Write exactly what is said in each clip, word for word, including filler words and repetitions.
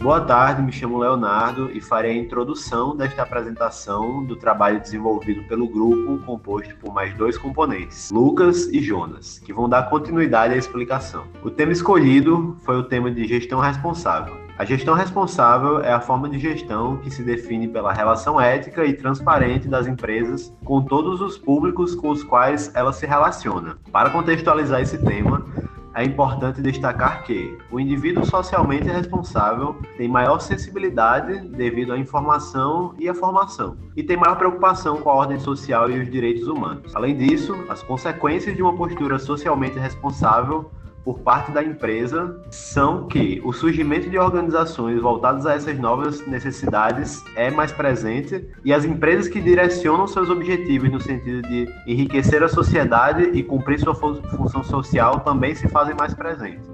Boa tarde, me chamo Leonardo e farei a introdução desta apresentação do trabalho desenvolvido pelo grupo, composto por mais dois componentes, Lucas e Jonas, que vão dar continuidade à explicação. O tema escolhido foi o tema de gestão responsável. A gestão responsável é a forma de gestão que se define pela relação ética e transparente das empresas com todos os públicos com os quais ela se relaciona. Para contextualizar esse tema, é importante destacar que o indivíduo socialmente responsável tem maior sensibilidade devido à informação e à formação, e tem maior preocupação com a ordem social e os direitos humanos. Além disso, as consequências de uma postura socialmente responsável por parte da empresa são que o surgimento de organizações voltadas a essas novas necessidades é mais presente e as empresas que direcionam seus objetivos no sentido de enriquecer a sociedade e cumprir sua função social também se fazem mais presentes.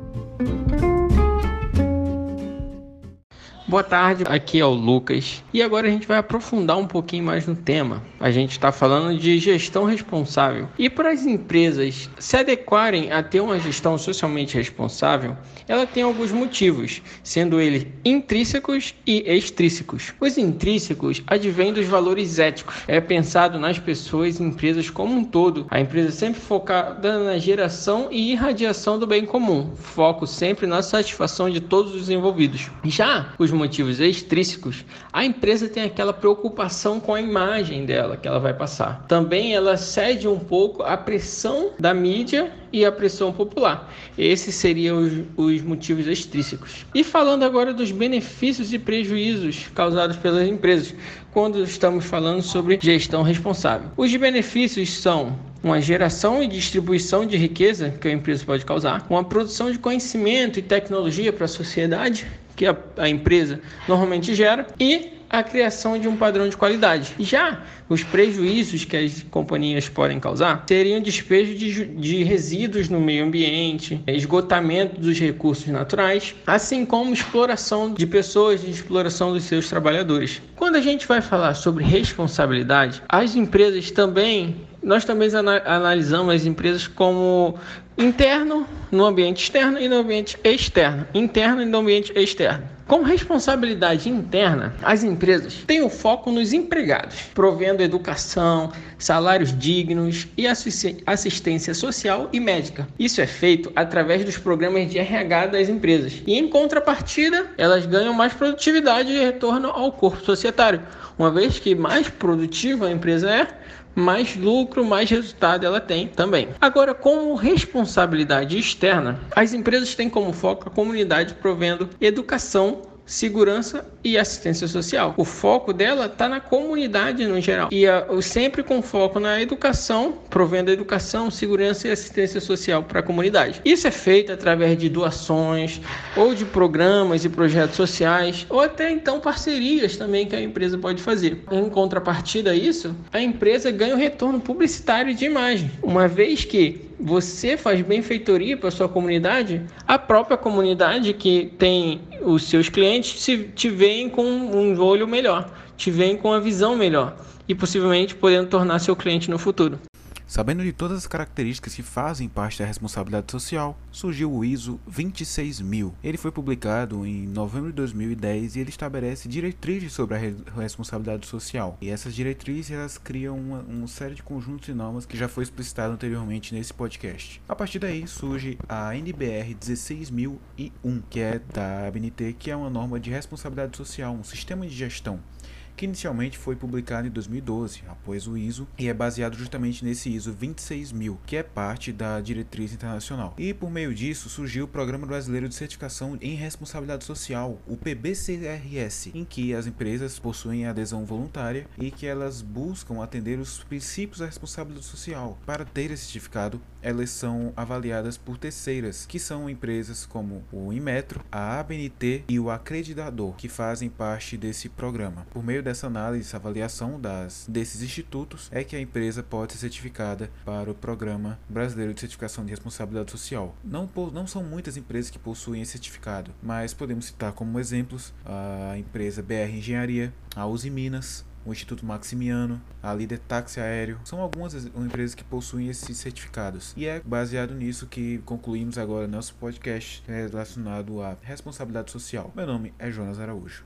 Boa tarde, aqui é o Lucas e agora a gente vai aprofundar um pouquinho mais no tema. A gente está falando de gestão responsável e para as empresas se adequarem a ter uma gestão socialmente responsável, ela tem alguns motivos, sendo eles intrínsecos e extrínsecos. Os intrínsecos advêm dos valores éticos, é pensado nas pessoas e empresas como um todo. A empresa sempre focada na geração e irradiação do bem comum, foco sempre na satisfação de todos os envolvidos. Já os motivos extrínsecos, a empresa tem aquela preocupação com a imagem dela que ela vai passar. Também ela cede um pouco à pressão da mídia e à pressão popular. Esses seriam os, os motivos extrínsecos. E falando agora dos benefícios e prejuízos causados pelas empresas, quando estamos falando sobre gestão responsável. Os benefícios são uma geração e distribuição de riqueza que a empresa pode causar, uma produção de conhecimento e tecnologia para a sociedade, que a, a empresa normalmente gera, e a criação de um padrão de qualidade. Já os prejuízos que as companhias podem causar seriam despejo de, de resíduos no meio ambiente, esgotamento dos recursos naturais, assim como exploração de pessoas e exploração dos seus trabalhadores. Quando a gente vai falar sobre responsabilidade, as empresas também, nós também analisamos as empresas como interno, no ambiente externo e no ambiente externo. Interno e no ambiente externo. Com responsabilidade interna, as empresas têm o foco nos empregados, provendo educação, salários dignos e assistência social e médica. Isso é feito através dos programas de R H das empresas. E em contrapartida, elas ganham mais produtividade e retorno ao corpo societário, uma vez que mais produtiva a empresa é, mais lucro, mais resultado ela tem também. Agora, como responsabilidade externa, as empresas têm como foco a comunidade provendo educação, segurança e assistência social. O foco dela está na comunidade no geral. E a, sempre com foco na educação, provendo educação, segurança e assistência social para a comunidade. Isso é feito através de doações, ou de programas e projetos sociais, ou até então parcerias também que a empresa pode fazer. Em contrapartida a isso, a empresa ganha um retorno publicitário de imagem, uma vez que você faz benfeitoria para a sua comunidade, a própria comunidade que tem os seus clientes se, te veem com um olho melhor, te veem com uma visão melhor e possivelmente podendo tornar seu cliente no futuro. Sabendo de todas as características que fazem parte da responsabilidade social, surgiu o I S O vinte e seis mil. Ele foi publicado em novembro de dois mil e dez e ele estabelece diretrizes sobre a responsabilidade social. E essas diretrizes elas criam uma, uma série de conjuntos de normas que já foi explicitado anteriormente nesse podcast. A partir daí surge a N B R dezesseis mil e um, que é da A B N T, que é uma norma de responsabilidade social, um sistema de gestão, que inicialmente foi publicado em dois mil e doze, após o I S O, e é baseado justamente nesse I S O vinte e seis mil, que é parte da diretriz internacional. E por meio disso surgiu o Programa Brasileiro de Certificação em Responsabilidade Social, o P B C R S, em que as empresas possuem adesão voluntária e que elas buscam atender os princípios da responsabilidade social. Para ter esse certificado, elas são avaliadas por terceiras, que são empresas como o Inmetro, a A B N T e o Acreditador, que fazem parte desse programa. Por meio dessa análise, essa avaliação das, desses institutos, é que a empresa pode ser certificada para o Programa Brasileiro de Certificação de Responsabilidade Social. Não, não são muitas empresas que possuem esse certificado, mas podemos citar como exemplos a empresa B R Engenharia, a Uzi Minas, o Instituto Maximiano, a Líder Táxi Aéreo. São algumas empresas que possuem esses certificados. E é baseado nisso que concluímos agora nosso podcast relacionado à responsabilidade social. Meu nome é Jonas Araújo.